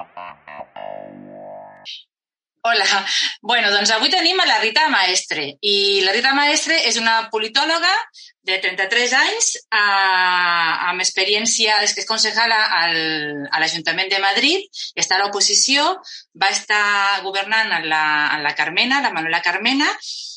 Hola. Bueno, doncs avui tenim a la Rita Maestre. I la Rita Maestre és una politòloga de 33 anys amb experiència, és que és concejala a l'Ajuntament de Madrid, està a l'oposició, va estar governant en la Carmena, la Manuela Carmena,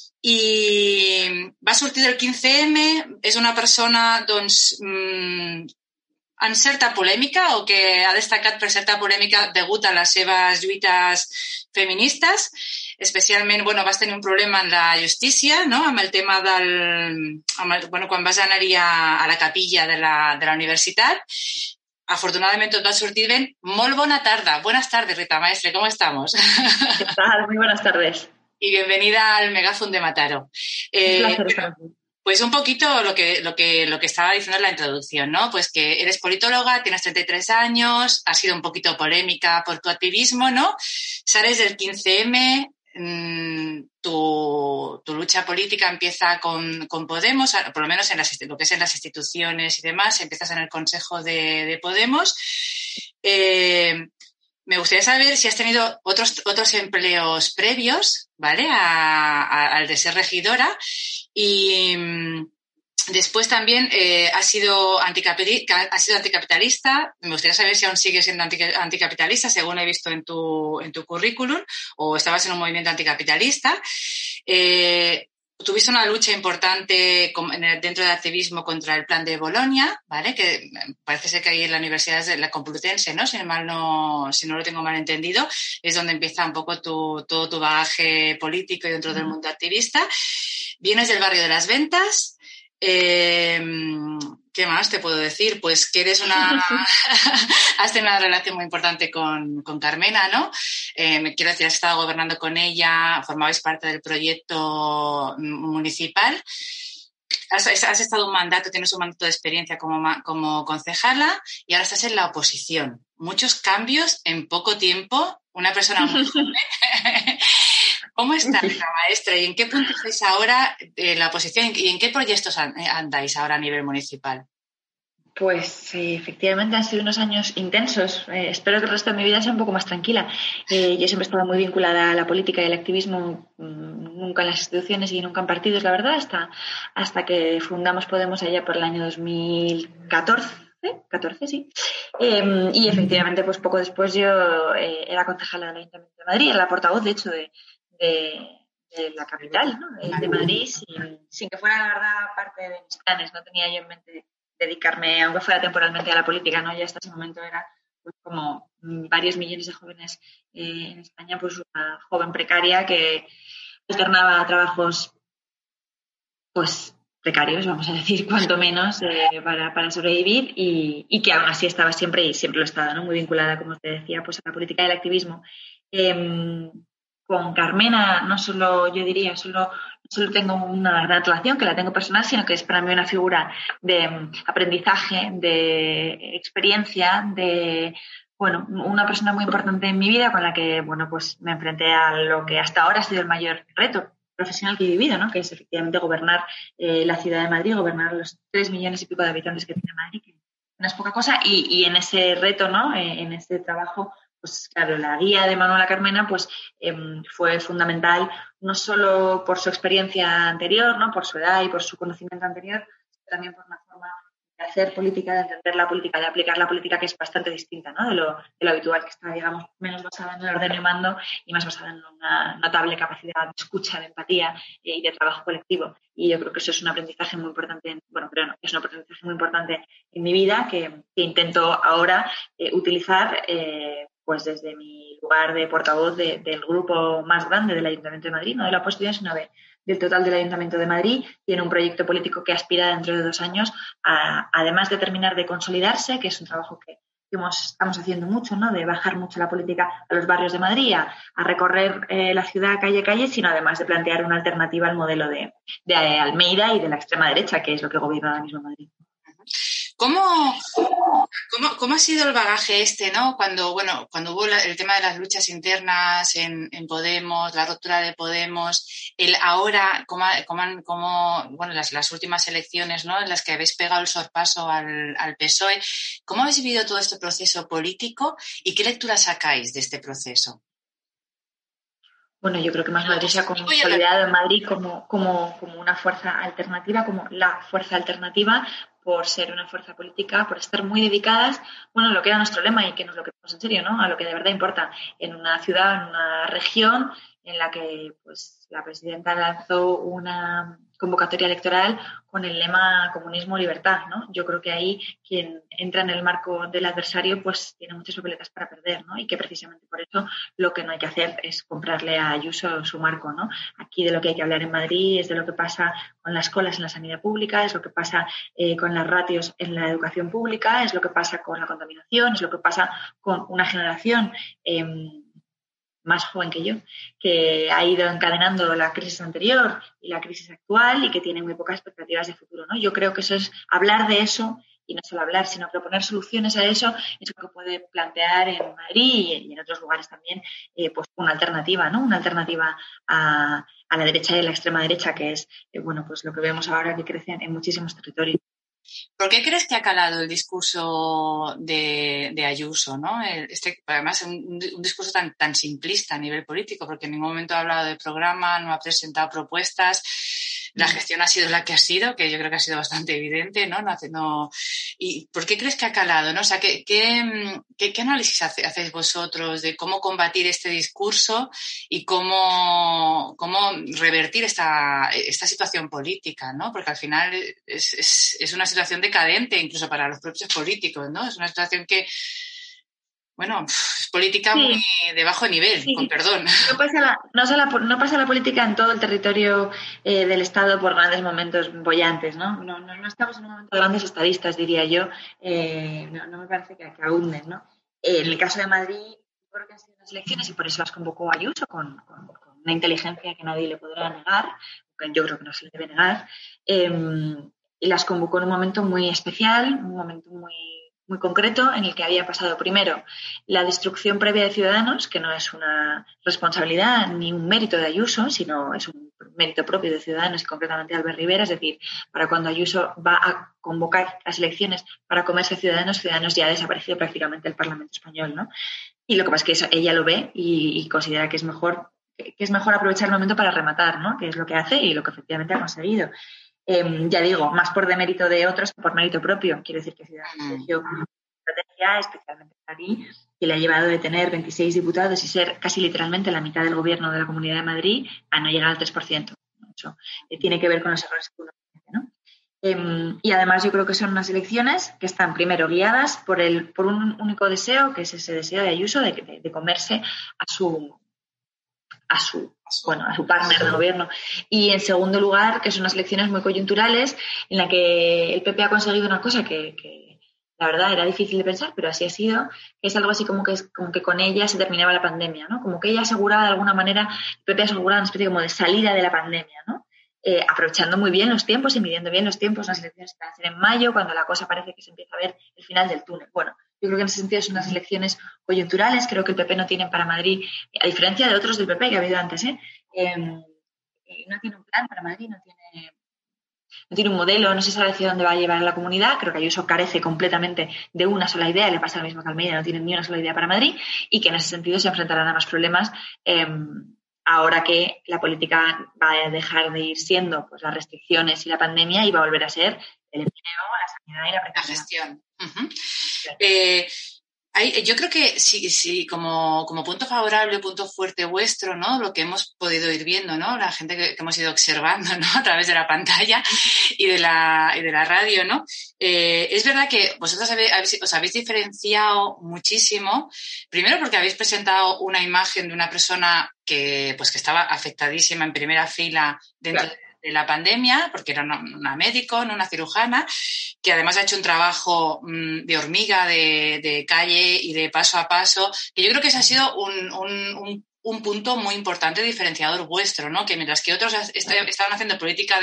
i va sortir del 15M, és una persona, doncs, en certa polèmica o que ha destacat per certa polèmica degut a les seves lluites feministes. Especialment, vas tenir un problema en la justícia, no?, amb el tema quan vas anar-hi a la capilla de la universitat. Afortunadamente tot va sortir bien. Molt bona tarda. Buenas tardes, Rita Maestre. ¿Cómo estamos? ¿Qué tal? Muy buenas tardes. Y bienvenida al Megafon de Mataró. Un placer estar aquí. Pues un poquito lo que estaba diciendo en la introducción, ¿no? Pues que eres politóloga, tienes 33 años, has sido un poquito polémica por tu activismo, ¿no? Sales del 15M, tu lucha política empieza con Podemos, por lo menos en lo que es en las instituciones y demás, empiezas en el Consejo de Podemos. Me gustaría saber si has tenido otros empleos previos, ¿vale?, al de ser regidora, y después también has sido anticapitalista. Me gustaría saber si aún sigues siendo anticapitalista, según he visto en tu currículum, o estabas en un movimiento anticapitalista. Tuviste una lucha importante dentro del activismo contra el plan de Bolonia, ¿vale? Que parece ser que ahí en la Universidad de la Complutense, ¿no? Si no lo tengo mal entendido, es donde empieza un poco todo tu bagaje político y dentro del mundo activista. Vienes del barrio de Las Ventas. ¿Qué más te puedo decir? Pues que eres has tenido una relación muy importante con Carmena, ¿no? Me quiero decir, has estado gobernando con ella, formabais parte del proyecto municipal. Has estado un mandato, tienes un mandato de experiencia como concejala y ahora estás en la oposición. Muchos cambios en poco tiempo. Una persona muy joven. ¿Cómo está la maestra y en qué punto estáis ahora la oposición y en qué proyectos andáis ahora a nivel municipal? Pues efectivamente han sido unos años intensos. Espero que el resto de mi vida sea un poco más tranquila. Yo siempre he estado muy vinculada a la política y al activismo, nunca en las instituciones y nunca en partidos, la verdad, hasta que fundamos Podemos allá por el año 2014. 14, sí. Y efectivamente, pues poco después yo era concejala del Ayuntamiento de Madrid, era la portavoz, de hecho, de la capital, ¿no?, de Madrid, sin que fuera, la verdad, parte de mis planes. No tenía yo en mente dedicarme, aunque fuera temporalmente, a la política, ¿no? Ya hasta ese momento era, pues, como varios millones de jóvenes en España, pues una joven precaria que alternaba trabajos, pues, precarios, vamos a decir, cuanto menos, para sobrevivir y que aún así estaba siempre, y siempre lo he estado, ¿no?, muy vinculada, como te decía, pues a la política y al activismo. Con Carmena no solo tengo una gran relación, que la tengo personal, sino que es para mí una figura de aprendizaje, de experiencia, una persona muy importante en mi vida con la que, pues me enfrenté a lo que hasta ahora ha sido el mayor reto profesional que he vivido, ¿no?, que es efectivamente gobernar la ciudad de Madrid, gobernar los 3 millones y pico de habitantes que tiene Madrid, que no es poca cosa, y en ese reto, ¿no?, en ese trabajo, pues claro, la guía de Manuela Carmena pues fue fundamental, no solo por su experiencia anterior, ¿no?, por su edad y por su conocimiento anterior, sino también por una forma de hacer política, de entender la política, de aplicar la política, que es bastante distinta, ¿no?, de lo habitual, que está, digamos, menos basada en el ordeno y mando y más basada en una notable capacidad de escucha, de empatía y de trabajo colectivo. Y yo creo que eso es un aprendizaje muy importante, es un aprendizaje muy importante en mi vida que intento ahora utilizar pues desde mi lugar de portavoz del grupo más grande del Ayuntamiento de Madrid, no de la oposición, sino del total del Ayuntamiento de Madrid. Tiene un proyecto político que aspira dentro de 2 años además de terminar de consolidarse, que es un trabajo que estamos haciendo mucho, ¿no?, de bajar mucho la política a los barrios de Madrid, a recorrer la ciudad calle a calle, sino además de plantear una alternativa al modelo de Almeida y de la extrema derecha, que es lo que gobierna ahora mismo Madrid. ¿Cómo, cómo ha sido el bagaje ¿no? Cuando hubo el tema de las luchas internas en Podemos, la ruptura de Podemos, el ahora, las últimas elecciones, ¿no? En las que habéis pegado el sorpaso al PSOE. ¿Cómo habéis vivido todo este proceso político y qué lectura sacáis de este proceso? Bueno, yo creo que Más Madrid se ha consolidado en Madrid como una fuerza alternativa, como la fuerza alternativa, por ser una fuerza política, por estar muy dedicadas, bueno, a lo que era nuestro lema y que nos lo queremos en serio, ¿no? A lo que de verdad importa en una ciudad, en una región en la que pues la presidenta lanzó una convocatoria electoral con el lema comunismo libertad, ¿no? Yo creo que ahí quien entra en el marco del adversario pues tiene muchas papeletas para perder, ¿no? Y que precisamente por eso lo que no hay que hacer es comprarle a Ayuso su marco, ¿no? Aquí de lo que hay que hablar en Madrid es de lo que pasa con las colas en la sanidad pública, es lo que pasa con las ratios en la educación pública, es lo que pasa con la contaminación, es lo que pasa con una generación más joven que yo, que ha ido encadenando la crisis anterior y la crisis actual y que tiene muy pocas expectativas de futuro, ¿no? Yo creo que eso es hablar de eso y no solo hablar, sino proponer soluciones a eso, es lo que puede plantear en Madrid y en otros lugares también, pues una alternativa, ¿no? Una alternativa a la derecha y a la extrema derecha, que es, pues lo que vemos ahora que crece en muchísimos territorios. ¿Por qué crees que ha calado el discurso de Ayuso, ¿no? Además, un discurso tan simplista a nivel político, porque en ningún momento ha hablado de programa, no ha presentado propuestas. La gestión ha sido la que ha sido, que yo creo que ha sido bastante evidente, ¿no? ¿Y por qué crees que ha calado, no? O sea, ¿qué análisis hacéis vosotros de cómo combatir este discurso y cómo revertir esta situación política, ¿no? Porque al final es una situación decadente incluso para los propios políticos, ¿no? Es una situación que, es política sí, muy de bajo nivel, sí, con perdón. No pasa la política en todo el territorio del Estado por grandes momentos bollantes, ¿no? No estamos en un momento de grandes estadistas, diría yo. No me parece que abunden, ¿no? En el caso de Madrid, creo que han sido unas elecciones y por eso las convocó Ayuso con una inteligencia que nadie le podrá negar, que yo creo que no se le debe negar, y las convocó en un momento muy especial, un momento muy concreto en el que había pasado primero la destrucción previa de Ciudadanos, que no es una responsabilidad ni un mérito de Ayuso, sino es un mérito propio de Ciudadanos y concretamente de Albert Rivera, es decir, para cuando Ayuso va a convocar las elecciones para comerse a Ciudadanos ya ha desaparecido prácticamente el Parlamento español, ¿no? Y lo que pasa es que eso, ella lo ve y considera que es mejor aprovechar el momento para rematar, ¿no? Que es lo que hace y lo que efectivamente ha conseguido. Ya digo, más por demérito de otros que por mérito propio. Quiero decir que Ciudadanos eligió una estrategia, especialmente Madrid, que le ha llevado de tener 26 diputados y ser casi literalmente la mitad del gobierno de la Comunidad de Madrid a no llegar al 3%. Eso tiene que ver con los errores que uno comete, ¿no? Y además yo creo que son unas elecciones que están primero guiadas por un único deseo, que es ese deseo de Ayuso de comerse a su partner de gobierno. Y en segundo lugar, que son unas elecciones muy coyunturales en la que el PP ha conseguido una cosa que la verdad era difícil de pensar, pero así ha sido, que es algo así como que con ella se terminaba la pandemia, ¿no? Como que ella aseguraba de alguna manera, el PP aseguraba una especie como de salida de la pandemia, ¿no? Aprovechando muy bien los tiempos y midiendo bien los tiempos. Las elecciones se van a hacer en mayo, cuando la cosa parece que se empieza a ver el final del túnel. Bueno, yo creo que en ese sentido son unas elecciones coyunturales. Creo que el PP no tiene para Madrid, a diferencia de otros del PP que ha habido antes, no tiene un plan para Madrid, no tiene un modelo, no se sabe hacia dónde va a llevar la comunidad. Creo que Ayuso carece completamente de una sola idea, le pasa lo mismo que Almeida, no tiene ni una sola idea para Madrid y que en ese sentido se enfrentarán a más problemas ahora que la política va a dejar de ir siendo pues las restricciones y la pandemia y va a volver a ser el empleo, la sanidad y la precariedad. La gestión. Yo creo que sí, como punto favorable, punto fuerte vuestro, ¿no? Lo que hemos podido ir viendo, ¿no? La gente que hemos ido observando, ¿no? A través de la pantalla y de la radio, ¿no? Es verdad que vosotros os habéis diferenciado muchísimo, primero porque habéis presentado una imagen de una persona que estaba afectadísima en primera fila dentro de la pandemia, porque era una médico, no una cirujana, que además ha hecho un trabajo de hormiga, de calle y de paso a paso, que yo creo que ese ha sido un punto muy importante diferenciador vuestro, ¿no? Que mientras que otros estaban haciendo política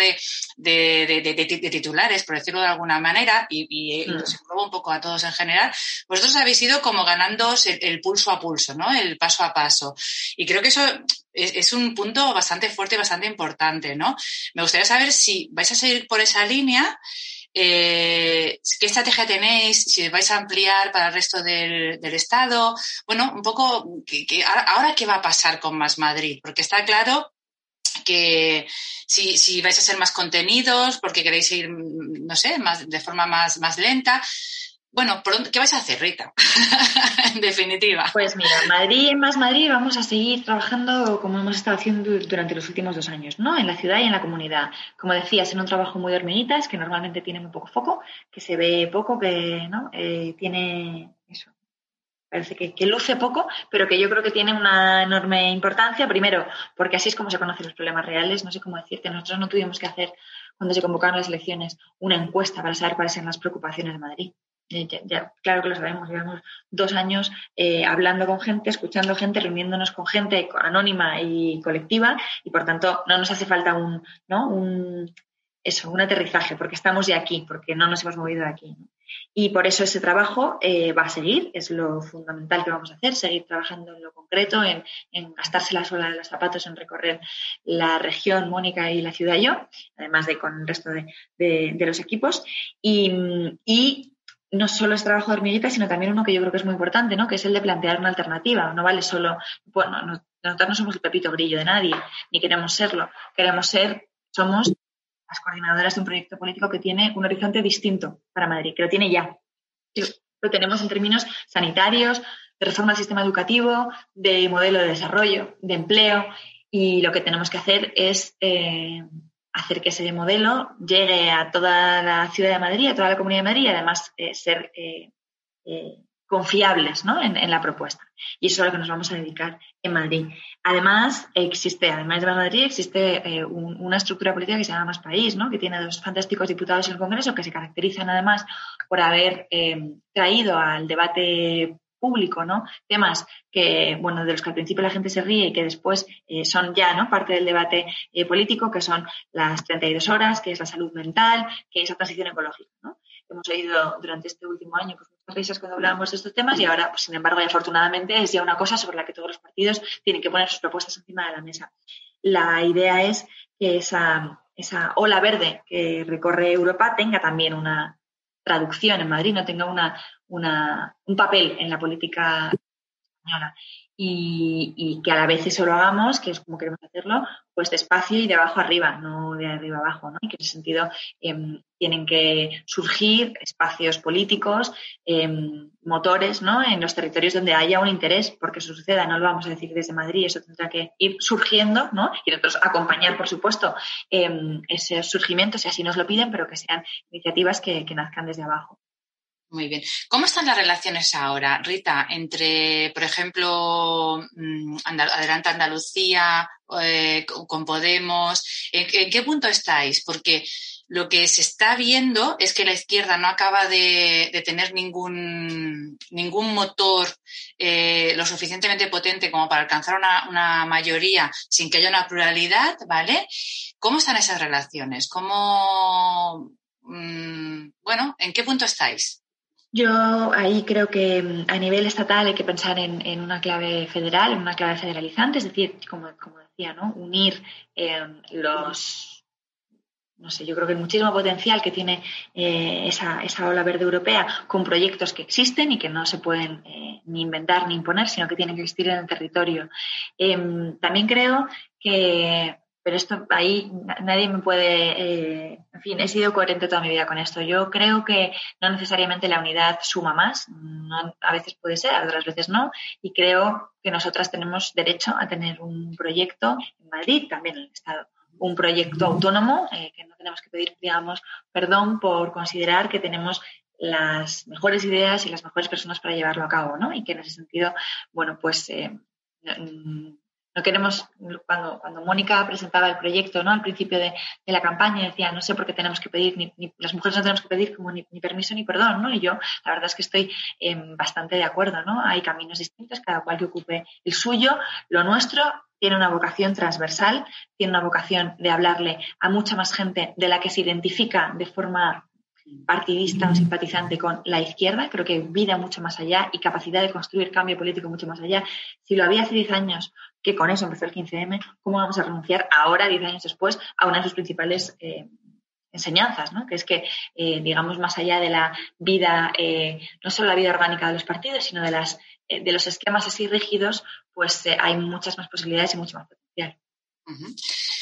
de titulares, por decirlo de alguna manera, y nos engloba un poco a todos en general, vosotros habéis ido como ganándoos el pulso a pulso, ¿no? El paso a paso. Y creo que eso es un punto bastante fuerte y bastante importante, ¿no? Me gustaría saber si vais a seguir por esa línea. ¿Qué estrategia tenéis? Si vais a ampliar para el resto del Estado. Bueno, un poco, ahora qué va a pasar con Más Madrid, porque está claro que si vais a ser más contenidos, porque queréis ir, no sé, de forma más lenta. Bueno, ¿qué vais a hacer, Rita? En definitiva. Pues mira, en Más Madrid vamos a seguir trabajando como hemos estado haciendo durante los últimos 2 años, ¿no? En la ciudad y en la comunidad. Como decías, en un trabajo muy de hormiguitas, que normalmente tiene muy poco foco, que se ve poco, que no tiene eso. Parece que luce poco, pero que yo creo que tiene una enorme importancia. Primero, porque así es como se conocen los problemas reales. No sé cómo decirte, nosotros no tuvimos que hacer, cuando se convocaron las elecciones, una encuesta para saber cuáles eran las preocupaciones de Madrid. Claro que lo sabemos, llevamos 2 años hablando con gente, escuchando gente, reuniéndonos con gente anónima y colectiva, y por tanto no nos hace falta un aterrizaje, porque estamos ya aquí, porque no nos hemos movido de aquí, ¿no? Y por eso ese trabajo va a seguir, es lo fundamental que vamos a hacer, seguir trabajando en lo concreto, en gastarse la suela de los zapatos, en recorrer la región, Mónica y la ciudad y yo, además de con el resto de los equipos. Y no solo es trabajo de hormiguita, sino también uno que yo creo que es muy importante, ¿no? Que es el de plantear una alternativa. No vale solo, bueno, nosotros no somos el pepito grillo de nadie, ni queremos serlo. Somos las coordinadoras de un proyecto político que tiene un horizonte distinto para Madrid, que lo tiene ya. Lo tenemos en términos sanitarios, de reforma del sistema educativo, de modelo de desarrollo, de empleo, y lo que tenemos que hacer es hacer que ese modelo llegue a toda la ciudad de Madrid, a toda la Comunidad de Madrid, y además ser confiables, ¿no? en la propuesta. Y eso es a lo que nos vamos a dedicar en Madrid. Además de Madrid, existe una estructura política que se llama Más País, ¿no? Que tiene 2 fantásticos diputados en el Congreso que se caracterizan además por haber traído al debate público, ¿no? Temas que, bueno, de los que al principio la gente se ríe y que después son ya, ¿no? Parte del debate político, que son las 32 horas, que es la salud mental, que es la transición ecológica, ¿no? Hemos oído durante este último año pues, muchas risas cuando hablábamos de estos temas y ahora, pues, sin embargo, y afortunadamente es ya una cosa sobre la que todos los partidos tienen que poner sus propuestas encima de la mesa. La idea es que esa ola verde que recorre Europa tenga también una traducción en Madrid, no tenga un papel en la política española. Y que a la vez eso lo hagamos, que es como queremos hacerlo, pues despacio y de abajo arriba, no de arriba abajo, ¿no? Y que en ese sentido tienen que surgir espacios políticos, motores, ¿no? En los territorios donde haya un interés, porque eso suceda, no lo vamos a decir desde Madrid, eso tendrá que ir surgiendo, ¿no? Y nosotros acompañar, por supuesto, esos surgimientos, si así nos lo piden, pero que sean iniciativas que nazcan desde abajo. Muy bien. ¿Cómo están las relaciones ahora, Rita, entre, por ejemplo, Adelante Andalucía, con Podemos? ¿En qué punto estáis? Porque lo que se está viendo es que la izquierda no acaba de tener ningún motor lo suficientemente potente como para alcanzar una mayoría sin que haya una pluralidad, ¿vale? ¿Cómo están esas relaciones? Bueno, ¿en qué punto estáis? Yo ahí creo que a nivel estatal hay que pensar en una clave federal, en una clave federalizante, es decir, como decía, ¿no? Unir no sé, yo creo que el muchísimo potencial que tiene esa ola verde europea con proyectos que existen y que no se pueden ni inventar ni imponer, sino que tienen que existir en el territorio. También creo que, pero esto ahí nadie me puede, en fin, he sido coherente toda mi vida con esto. Yo creo que no necesariamente la unidad suma más, a veces puede ser, otras veces no, y creo que nosotras tenemos derecho a tener un proyecto en Madrid, también en el Estado. Un proyecto autónomo, que no tenemos que pedir, digamos, perdón por considerar que tenemos las mejores ideas y las mejores personas para llevarlo a cabo, ¿no? Y que en ese sentido, bueno, pues No queremos, cuando Mónica presentaba el proyecto, ¿no? Al principio de la campaña, decía, no sé por qué tenemos que pedir, ni las mujeres no tenemos que pedir como ni permiso ni perdón, ¿no? Y yo, la verdad es que estoy bastante de acuerdo, ¿no? Hay caminos distintos, cada cual que ocupe el suyo. Lo nuestro tiene una vocación transversal, tiene una vocación de hablarle a mucha más gente de la que se identifica de forma partidista o simpatizante con la izquierda. Creo que vida mucho más allá y capacidad de construir cambio político mucho más allá. Si lo había hace 10 años, que con eso empezó el 15M, ¿cómo vamos a renunciar ahora, 10 años después, a una de sus principales enseñanzas, ¿no? Que es que, digamos, más allá de la vida, no solo la vida orgánica de los partidos, sino de los esquemas así rígidos, pues hay muchas más posibilidades y mucho más potencial. Uh-huh.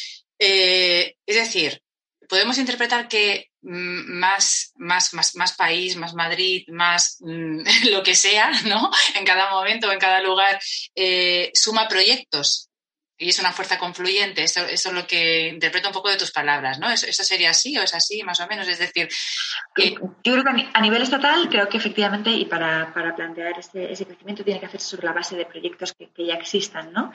Es decir, podemos interpretar que más país, más Madrid, más lo que sea, ¿no? En cada momento, en cada lugar, suma proyectos y es una fuerza confluyente. Eso es lo que interpreto un poco de tus palabras, ¿no? ¿Eso sería así o es así, más o menos? Es decir... Yo creo que a nivel estatal, creo que efectivamente, y para plantear ese crecimiento tiene que hacerse sobre la base de proyectos que ya existan, ¿no?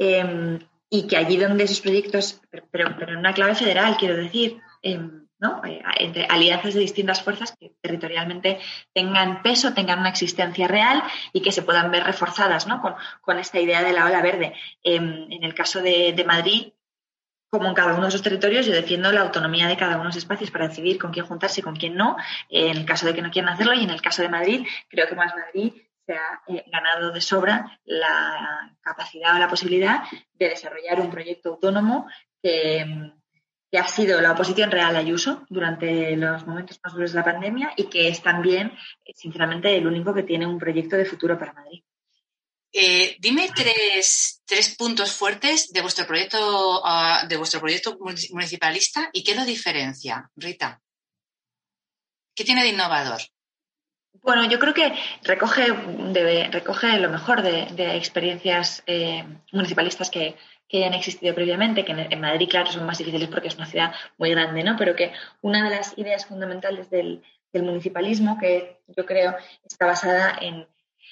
Y que allí donde esos proyectos, pero en una clave federal, quiero decir, ¿no? Entre alianzas de distintas fuerzas que territorialmente tengan peso, tengan una existencia real y que se puedan ver reforzadas, ¿no? Con esta idea de la ola verde. En el caso de Madrid, como en cada uno de esos territorios, yo defiendo la autonomía de cada uno de los espacios para decidir con quién juntarse y con quién no, en el caso de que no quieran hacerlo, y en el caso de Madrid, creo que Más Madrid se ha ganado de sobra la capacidad o la posibilidad de desarrollar un proyecto autónomo que ha sido la oposición real a Ayuso durante los momentos más duros de la pandemia y que es también, sinceramente, el único que tiene un proyecto de futuro para Madrid. Dime tres puntos fuertes de vuestro proyecto municipalista y qué lo diferencia, Rita. ¿Qué tiene de innovador? Bueno, yo creo que recoge lo mejor de experiencias municipalistas que hayan existido previamente, que en Madrid, claro, son más difíciles porque es una ciudad muy grande, ¿no? Pero que una de las ideas fundamentales del municipalismo, que yo creo está basada en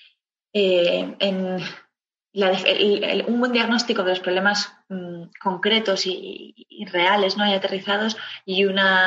un buen diagnóstico de los problemas concretos y reales, ¿no? Y aterrizados, y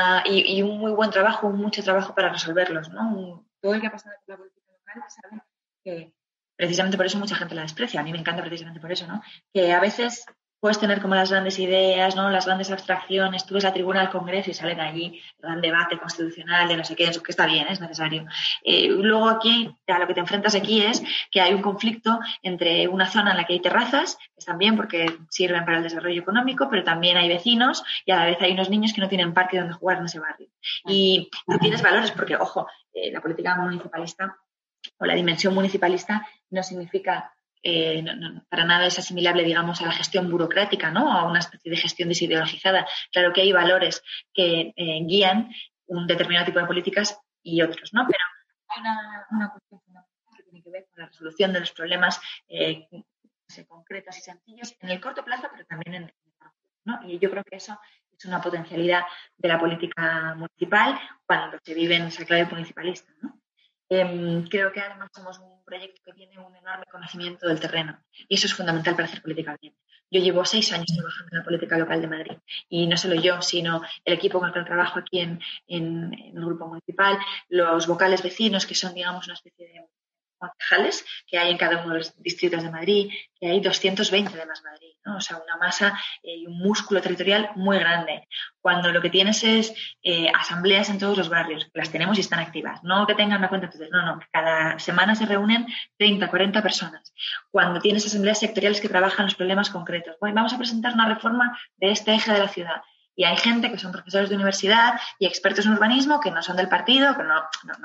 un muy buen trabajo, mucho trabajo para resolverlos, ¿no? Todo el que ha pasado por la política local sabe que precisamente por eso mucha gente la desprecia. A mí me encanta precisamente por eso, ¿no? Que a veces puedes tener como las grandes ideas, ¿no? Las grandes abstracciones, tú ves la tribuna del Congreso y salen allí el gran debate constitucional de no sé qué, eso que está bien, es necesario. Luego aquí, a lo que te enfrentas aquí es que hay un conflicto entre una zona en la que hay terrazas, que están bien porque sirven para el desarrollo económico, pero también hay vecinos y a la vez hay unos niños que no tienen parque donde jugar en ese barrio. Y tú tienes valores porque, ojo, la política municipalista o la dimensión municipalista no significa para nada es asimilable, digamos, a la gestión burocrática, ¿no? A una especie de gestión desideologizada. Claro que hay valores que guían un determinado tipo de políticas y otros, ¿no? Pero hay una cuestión fundamental que tiene que ver con la resolución de los problemas concretos y sencillos en el corto plazo, pero también en el largo plazo, ¿no? Y yo creo que eso es una potencialidad de la política municipal cuando se vive en esa clave municipalista, ¿no? Creo que además somos un proyecto que tiene un enorme conocimiento del terreno y eso es fundamental para hacer política bien. Yo llevo 6 años trabajando en la política local de Madrid y no solo yo, sino el equipo con el que trabajo aquí en el grupo municipal, los vocales vecinos, que son, digamos, una especie de concejales que hay en cada uno de los distritos de Madrid, que hay 220 de Más Madrid, ¿no? O sea, una masa y un músculo territorial muy grande. Cuando lo que tienes es asambleas en todos los barrios, que las tenemos y están activas, no que tengan una cuenta Twitter, no, que cada semana se reúnen 30, 40 personas. Cuando tienes asambleas sectoriales que trabajan los problemas concretos, bueno, vamos a presentar una reforma de este eje de la ciudad. Y hay gente que son profesores de universidad y expertos en urbanismo que no son del partido, que no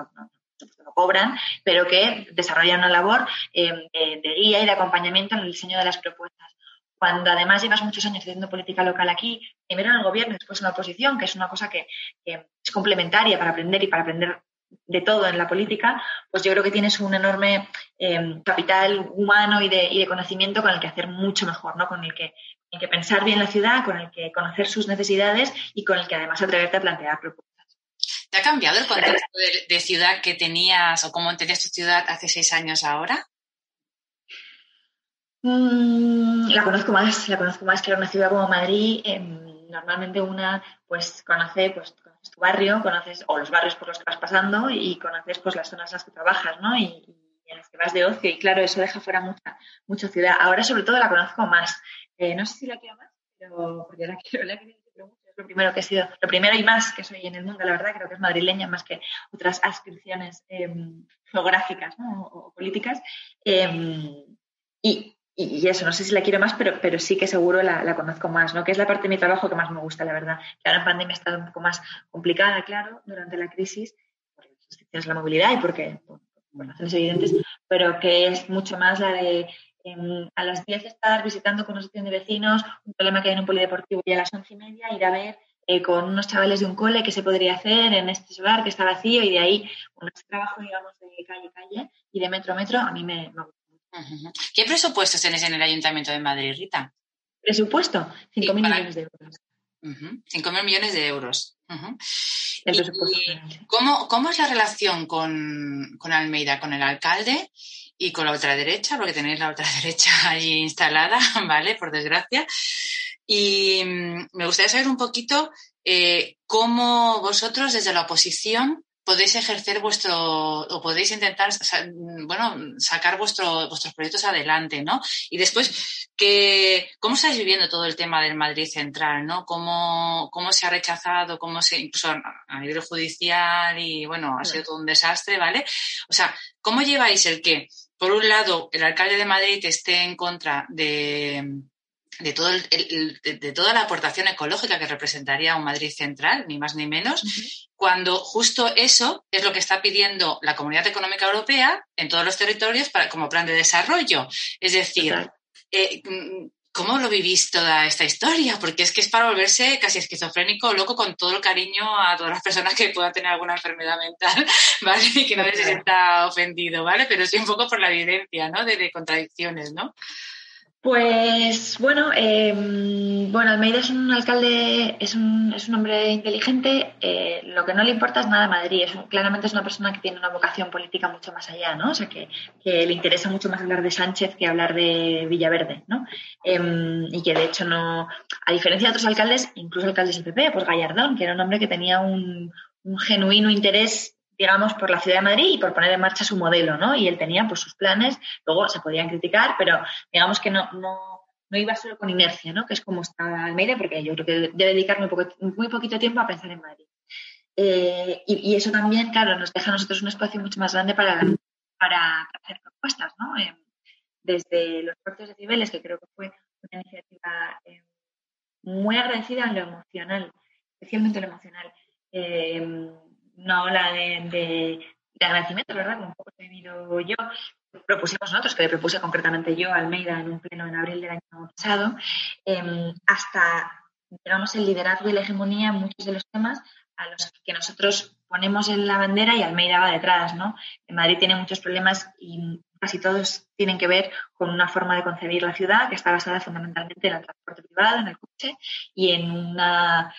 cobran, pero que desarrollan una labor de guía y de acompañamiento en el diseño de las propuestas. Cuando además llevas muchos años haciendo política local aquí, primero en el gobierno y después en la oposición, que es una cosa que es complementaria para aprender y para aprender de todo en la política, pues yo creo que tienes un enorme capital humano y de conocimiento con el que hacer mucho mejor, ¿no? Con el que pensar bien la ciudad, con el que conocer sus necesidades y con el que además atreverte a plantear propuestas. ¿Te ha cambiado el contexto de ciudad que tenías o cómo entendías tu ciudad hace 6 años ahora? La conozco más que una ciudad como Madrid. Normalmente una pues conoces tu barrio, conoces o los barrios por los que vas pasando y conoces pues las zonas en las que trabajas, ¿no? Y en las que vas de ocio y claro, eso deja fuera mucha ciudad. Ahora sobre todo la conozco más. No sé si la quiero más, pero porque la quiero mucho. Es lo primero que he sido, lo primero y más que soy en el mundo, la verdad, creo que es madrileña más que otras adscripciones geográficas, ¿no? o políticas. Y eso, no sé si la quiero más, pero sí que seguro la conozco más, ¿no? Que es la parte de mi trabajo que más me gusta, la verdad. Que ahora en pandemia ha estado un poco más complicada, claro, durante la crisis, por las restricciones a la movilidad y por razones evidentes, pero que es mucho más la de a las 10 estar visitando con una asociación de vecinos, un problema que hay en un polideportivo y a las 11:30 ir a ver con unos chavales de un cole qué se podría hacer en este solar que está vacío y de ahí, con ese trabajo, digamos, de calle y de metro a metro, a mí me gusta. ¿Qué presupuestos tenéis en el Ayuntamiento de Madrid, Rita? Presupuesto, 5.000 millones de euros. 5.000 millones de euros. El presupuesto. ¿Cómo es la relación con Almeida, con el alcalde y con la ultraderecha? Porque tenéis la ultraderecha allí instalada, ¿vale? Por desgracia. Y me gustaría saber un poquito cómo vosotros desde la oposición podéis ejercer o podéis intentar, sacar vuestros proyectos adelante, ¿no? Y después, ¿cómo estáis viviendo todo el tema del Madrid Central, ¿no? ¿Cómo se ha rechazado, incluso a nivel judicial y, bueno, ha sido todo un desastre, ¿vale? O sea, ¿cómo lleváis el que, por un lado, el alcalde de Madrid esté en contra de toda la aportación ecológica que representaría un Madrid central, ni más ni menos, cuando justo eso es lo que está pidiendo la Comunidad Económica Europea en todos los territorios como plan de desarrollo? Es decir, ¿cómo lo vivís toda esta historia? Porque es para volverse casi esquizofrénico o loco, con todo el cariño a todas las personas que puedan tener alguna enfermedad mental, ¿vale? Y que nadie se sienta ofendido, ¿vale? Pero sí un poco por la evidencia, ¿no? De contradicciones, ¿no? Pues bueno, Almeida es un alcalde, es un hombre inteligente. Lo que no le importa es nada a Madrid. Claramente es una persona que tiene una vocación política mucho más allá, ¿no? O sea, que le interesa mucho más hablar de Sánchez que hablar de Villaverde, ¿no? Y que de hecho no, a diferencia de otros alcaldes, incluso alcaldes del PP, pues Gallardón, que era un hombre que tenía un genuino interés, digamos, por la ciudad de Madrid y por poner en marcha su modelo, ¿no? Y él tenía pues sus planes, luego se podían criticar, pero digamos que no iba solo con inercia, ¿no? Que es como está Almeida, porque yo creo que debe dedicar muy poquito tiempo a pensar en Madrid. Y eso también, claro, nos deja a nosotros un espacio mucho más grande para hacer propuestas, ¿no? Desde los pactos de Cibeles, que creo que fue una iniciativa muy agradecida en lo emocional, especialmente en lo emocional. Una ola de agradecimiento, ¿verdad? Como un poco he vivido yo. Propusimos nosotros, que le propuse concretamente yo a Almeida en un pleno en abril del año pasado, hasta, digamos, el liderazgo y la hegemonía en muchos de los temas a los que nosotros ponemos en la bandera y Almeida va detrás, ¿no? En Madrid tiene muchos problemas y casi todos tienen que ver con una forma de concebir la ciudad que está basada fundamentalmente en el transporte privado, en el coche y en una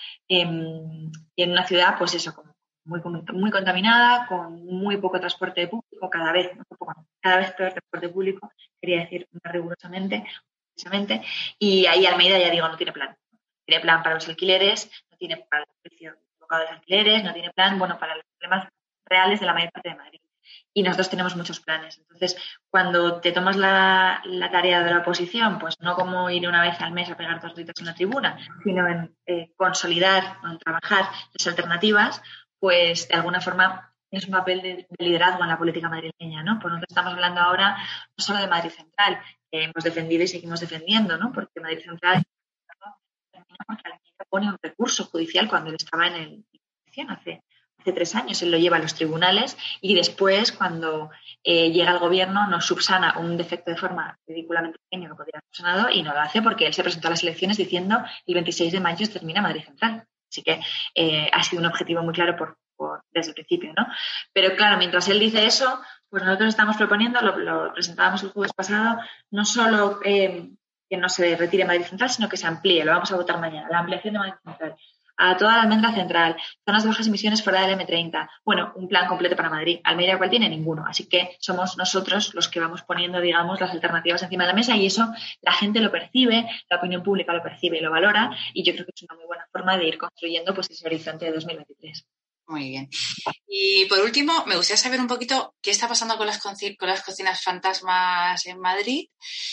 ciudad, pues eso, como muy contaminada, con muy poco transporte público, cada vez peor transporte público, quería decir más rigurosamente, precisamente, y ahí Almeida, ya digo, no tiene plan. No tiene plan para los alquileres, no tiene para el precio de los alquileres, no tiene plan, para los problemas reales de la mayor parte de Madrid. Y nosotros tenemos muchos planes. Entonces, cuando te tomas la tarea de la oposición, pues no como ir una vez al mes a pegar 2 gritos en la tribuna, sino en consolidar o en trabajar las alternativas, pues de alguna forma es un papel de liderazgo en la política madrileña, ¿no? Por lo que estamos hablando ahora no solo de Madrid Central, que hemos defendido y seguimos defendiendo, ¿no? Porque Madrid Central termina porque Almeida pone un recurso judicial cuando él estaba en el hace 3 años. Él lo lleva a los tribunales y después, cuando llega al gobierno, nos subsana un defecto de forma ridículamente pequeño que podría haber subsanado y no lo hace porque él se presentó a las elecciones diciendo el 26 de mayo termina Madrid Central. Así que ha sido un objetivo muy claro desde el principio, ¿no? Pero claro, mientras él dice eso, pues nosotros estamos proponiendo, lo presentábamos el jueves pasado, no solo que no se retire Madrid Central, sino que se amplíe, lo vamos a votar mañana, la ampliación de Madrid Central a toda la Almendra Central, zonas de bajas emisiones fuera del M30. Bueno, un plan completo para Madrid. Almería, ¿cuál tiene? Ninguno. Así que somos nosotros los que vamos poniendo, digamos, las alternativas encima de la mesa y eso la gente lo percibe, la opinión pública lo percibe y lo valora y yo creo que es una muy buena forma de ir construyendo pues ese horizonte de 2023. Muy bien. Y por último, me gustaría saber un poquito qué está pasando con las cocinas fantasmas en Madrid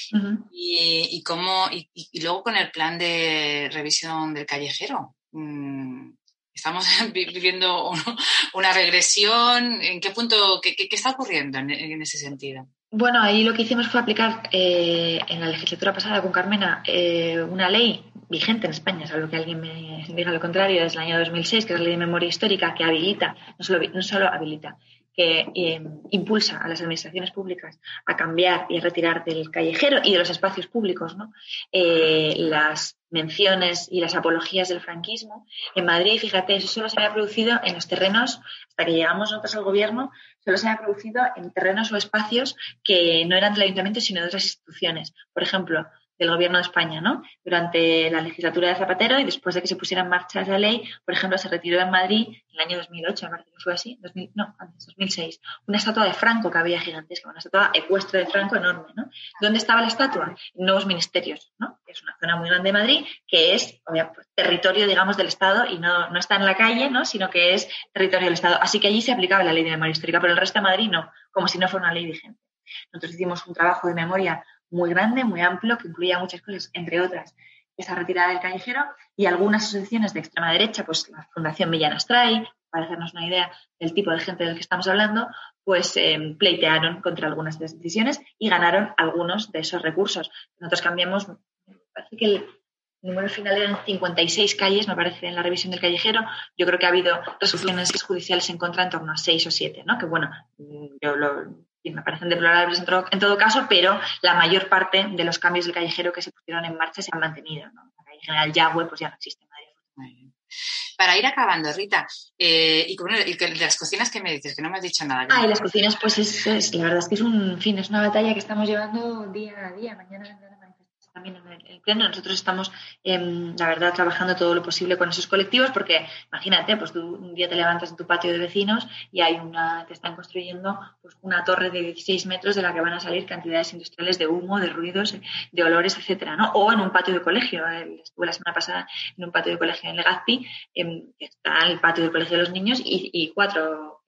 y cómo y luego con el plan de revisión del callejero. Estamos viviendo una regresión. ¿En qué punto, qué está ocurriendo en ese sentido? Bueno, ahí lo que hicimos fue aplicar en la legislatura pasada con Carmena una ley vigente en España, salvo que alguien me diga lo contrario, desde el año 2006, que es la Ley de Memoria Histórica, que habilita, no solo habilita, que impulsa a las administraciones públicas a cambiar y a retirar del callejero y de los espacios públicos, ¿no? Las menciones y las apologías del franquismo. En Madrid, fíjate, eso solo se había producido en los terrenos, hasta que llegamos nosotros al gobierno, solo se había producido en terrenos o espacios que no eran del ayuntamiento, sino de otras instituciones. Por ejemplo, del Gobierno de España, ¿no? Durante la legislatura de Zapatero y después de que se pusiera en marcha esa ley, por ejemplo, se retiró en Madrid en el año 2008, me parece que fue así, 2006, una estatua de Franco que había gigantesca, una estatua ecuestre de Franco enorme, ¿no? ¿Dónde estaba la estatua? En Nuevos Ministerios, ¿no? Es una zona muy grande de Madrid que es pues, territorio, digamos, del Estado y no está en la calle, ¿no? Sino que es territorio del Estado. Así que allí se aplicaba la ley de memoria histórica, pero el resto de Madrid no, como si no fuera una ley vigente. Nosotros hicimos un trabajo de memoria muy grande, muy amplio, que incluía muchas cosas, entre otras, esa retirada del callejero y algunas asociaciones de extrema derecha, pues la Fundación Millán Astray, para hacernos una idea del tipo de gente del que estamos hablando, pues pleitearon contra algunas de las decisiones y ganaron algunos de esos recursos. Nosotros cambiamos, me parece que el número final eran 56 calles, me parece, en la revisión del callejero. Yo creo que ha habido resoluciones judiciales en contra en torno a 6 o 7, ¿no? Que bueno, me parecen deplorables en todo caso, pero la mayor parte de los cambios del callejero que se pusieron en marcha se han mantenido, ¿no? La calle General Yagüe pues ya no existe en Madrid. Para ir acabando, Rita, y de las cocinas que me dices, que no me has dicho nada. Y las cocinas, pues la verdad es que es una batalla que estamos llevando día a día. Mañana vendrá la manifestación también en el pleno. Nosotros estamos, la verdad, trabajando todo lo posible con esos colectivos porque, imagínate, pues tú un día te levantas en tu patio de vecinos y te están construyendo pues una torre de 16 metros de la que van a salir cantidades industriales de humo, de ruidos, de olores, etcétera, ¿no? O en un patio de colegio. Estuve la semana pasada en un patio de colegio en Legazpi, que está el patio del colegio de los niños y 4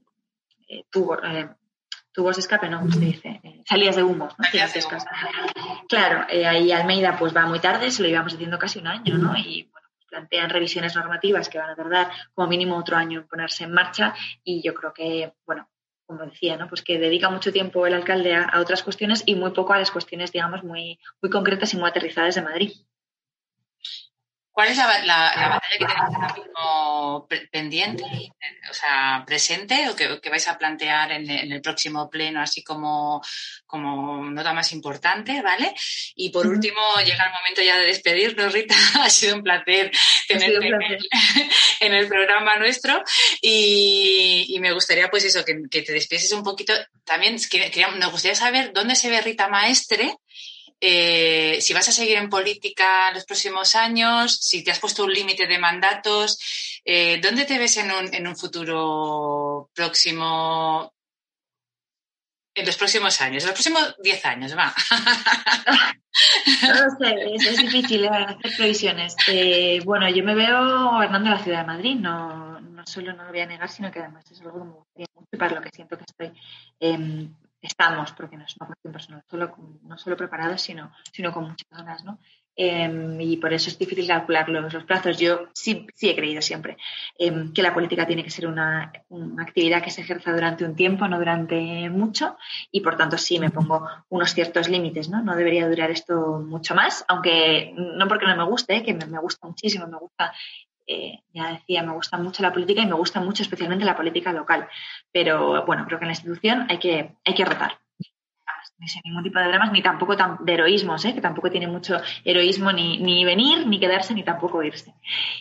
tubos de escape, ¿no? ¿Cómo se dice? Salidas de humo, ¿no? Gigantescas. Claro, ahí Almeida pues va muy tarde, se lo íbamos haciendo casi un año, ¿no? Y bueno, plantean revisiones normativas que van a tardar como mínimo otro año en ponerse en marcha y yo creo que, bueno, como decía, ¿no? Pues que dedica mucho tiempo el alcalde a otras cuestiones y muy poco a las cuestiones, digamos, muy, muy concretas y muy aterrizadas de Madrid. ¿Cuál es la batalla que tenéis ahora mismo pendiente, o sea, presente, o que vais a plantear en el próximo pleno, así como nota más importante, ¿vale? Y por último, llega el momento ya de despedirnos, Rita. Ha sido un placer tenerte en el programa nuestro y me gustaría, pues eso, que te despidieses un poquito. También nos gustaría saber dónde se ve Rita Maestre. Si vas a seguir en política los próximos años, si te has puesto un límite de mandatos, ¿dónde te ves en un futuro próximo, en los próximos años, en los próximos 10 años, va? No lo sé, es difícil hacer previsiones. Bueno, yo me veo gobernando la ciudad de Madrid, no solo no lo voy a negar, sino que además es algo que me gustaría mucho y para lo que siento que estamos, porque no es una cuestión personal, no solo preparados, sino con muchas ganas, ¿no? Y por eso es difícil calcular los plazos. Yo sí he creído siempre que la política tiene que ser una actividad que se ejerza durante un tiempo, no durante mucho, y por tanto sí me pongo unos ciertos límites, ¿no? No debería durar esto mucho más, aunque no porque no me guste, que me gusta muchísimo, me gusta. Ya decía, me gusta mucho la política y me gusta mucho especialmente la política local. Pero bueno, creo que en la institución hay que rotar. Ni sin ningún tipo de dramas, ni tampoco de heroísmos, que tampoco tiene mucho heroísmo ni venir, ni quedarse, ni tampoco irse.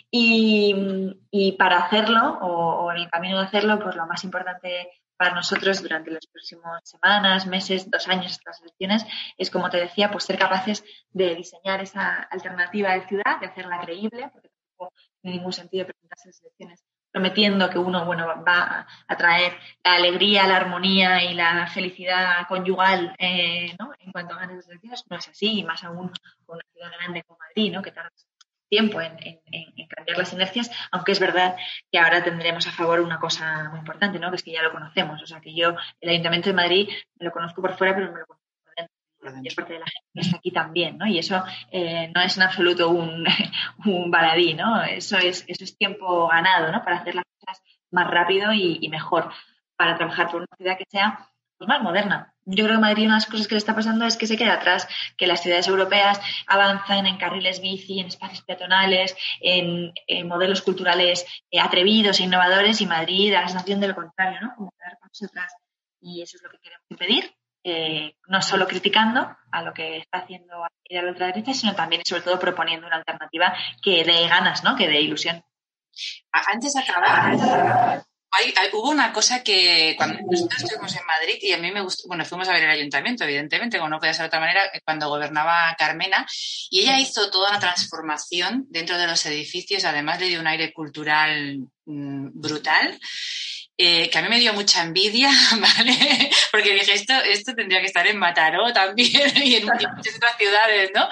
Y para hacerlo, o en el camino de hacerlo, pues lo más importante para nosotros durante las próximas semanas, meses, 2 años hasta las elecciones, es, como te decía, pues ser capaces de diseñar esa alternativa de ciudad, de hacerla creíble, porque tampoco tiene ningún sentido presentarse las elecciones prometiendo que uno, bueno, va a traer la alegría, la armonía y la felicidad conyugal, ¿no? En cuanto a ganes las elecciones, no es así, y más aún con una ciudad grande como Madrid, ¿no? Que tarda tiempo en cambiar las inercias, aunque es verdad que ahora tendremos a favor una cosa muy importante, ¿no? Que es que ya lo conocemos, o sea, que yo el Ayuntamiento de Madrid me lo conozco por fuera, pero no me lo conozco por dentro. Y es parte de la gente que está aquí también, ¿no? Y eso no es en absoluto un baladí, ¿no? Eso es tiempo ganado, ¿no? Para hacer las cosas más rápido y mejor, para trabajar por una ciudad que sea pues, más moderna. Yo creo que Madrid una de las cosas que le está pasando es que se queda atrás, que las ciudades europeas avanzan en carriles bici, en espacios peatonales, en modelos culturales atrevidos e innovadores, y Madrid da la sensación de lo contrario, ¿no? Como quedar pasos atrás. Y eso es lo que queremos impedir. No solo criticando a lo que está haciendo la ultraderecha, sino también y sobre todo proponiendo una alternativa que dé ganas, ¿no? Que dé ilusión. Antes de acabar, hubo una cosa que cuando nosotros estuvimos en Madrid, y a mí me gustó, bueno, fuimos a ver el ayuntamiento, evidentemente, como no podía ser de otra manera, cuando gobernaba Carmena, y ella hizo toda una transformación dentro de los edificios, además le dio un aire cultural brutal. Que a mí me dio mucha envidia, ¿vale? Porque dije, esto tendría que estar en Mataró también y en muchas otras ciudades, ¿no?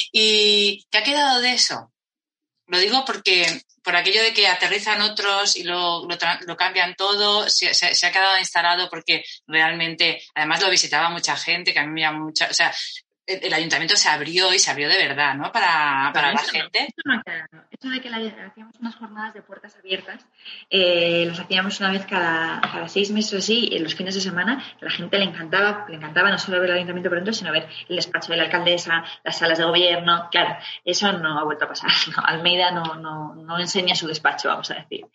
¿Y qué ha quedado de eso? Lo digo porque por aquello de que aterrizan otros y lo cambian todo, se ha quedado instalado porque realmente, además lo visitaba mucha gente, que a mí me llama mucha, o sea, el ayuntamiento se abrió y se abrió de verdad, ¿no? Para la gente. Eso no ha quedado. Eso de que hacíamos unas jornadas de puertas abiertas, los hacíamos una vez cada 6 meses o así, en los fines de semana, a la gente le encantaba no solo ver el ayuntamiento por dentro, sino ver el despacho de la alcaldesa, las salas de gobierno. Claro, eso no ha vuelto a pasar. No, Almeida no enseña su despacho, vamos a decir.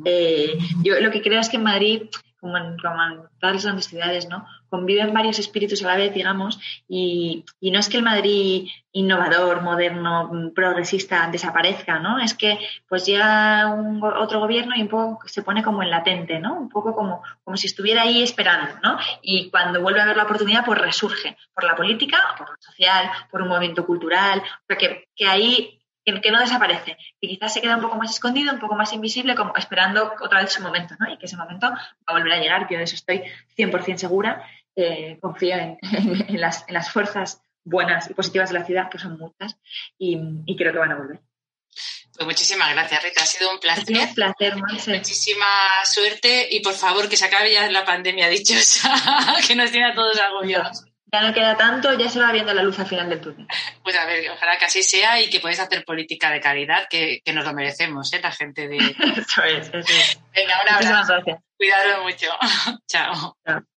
Yo lo que creo es que en Madrid, como en todas las grandes ciudades, ¿no? Conviven varios espíritus a la vez, digamos, y no es que el Madrid innovador, moderno, progresista desaparezca, ¿no? Es que pues llega otro gobierno y un poco se pone como en latente, ¿no? Un poco como si estuviera ahí esperando, ¿no? Y cuando vuelve a haber la oportunidad, pues resurge por la política, por lo social, por un movimiento cultural, o sea que ahí que no desaparece, que quizás se queda un poco más escondido, un poco más invisible, como esperando otra vez su momento, ¿no? Y que ese momento va a volver a llegar, yo de eso estoy 100% segura, confío en las fuerzas buenas y positivas de la ciudad, que son muchas, y creo que van a volver. Pues muchísimas gracias, Rita, ha sido un placer. Ha sido un placer, Monse. Muchísima suerte y por favor que se acabe ya la pandemia dichosa, que nos tiene a todos agobiados. Ya no queda tanto, ya se va viendo la luz al final del túnel. Pues a ver, ojalá que así sea y que podáis hacer política de calidad, que nos lo merecemos, la gente de... Eso es. Venga, un abrazo. Muchísimas gracias. Cuidaros mucho. Chao.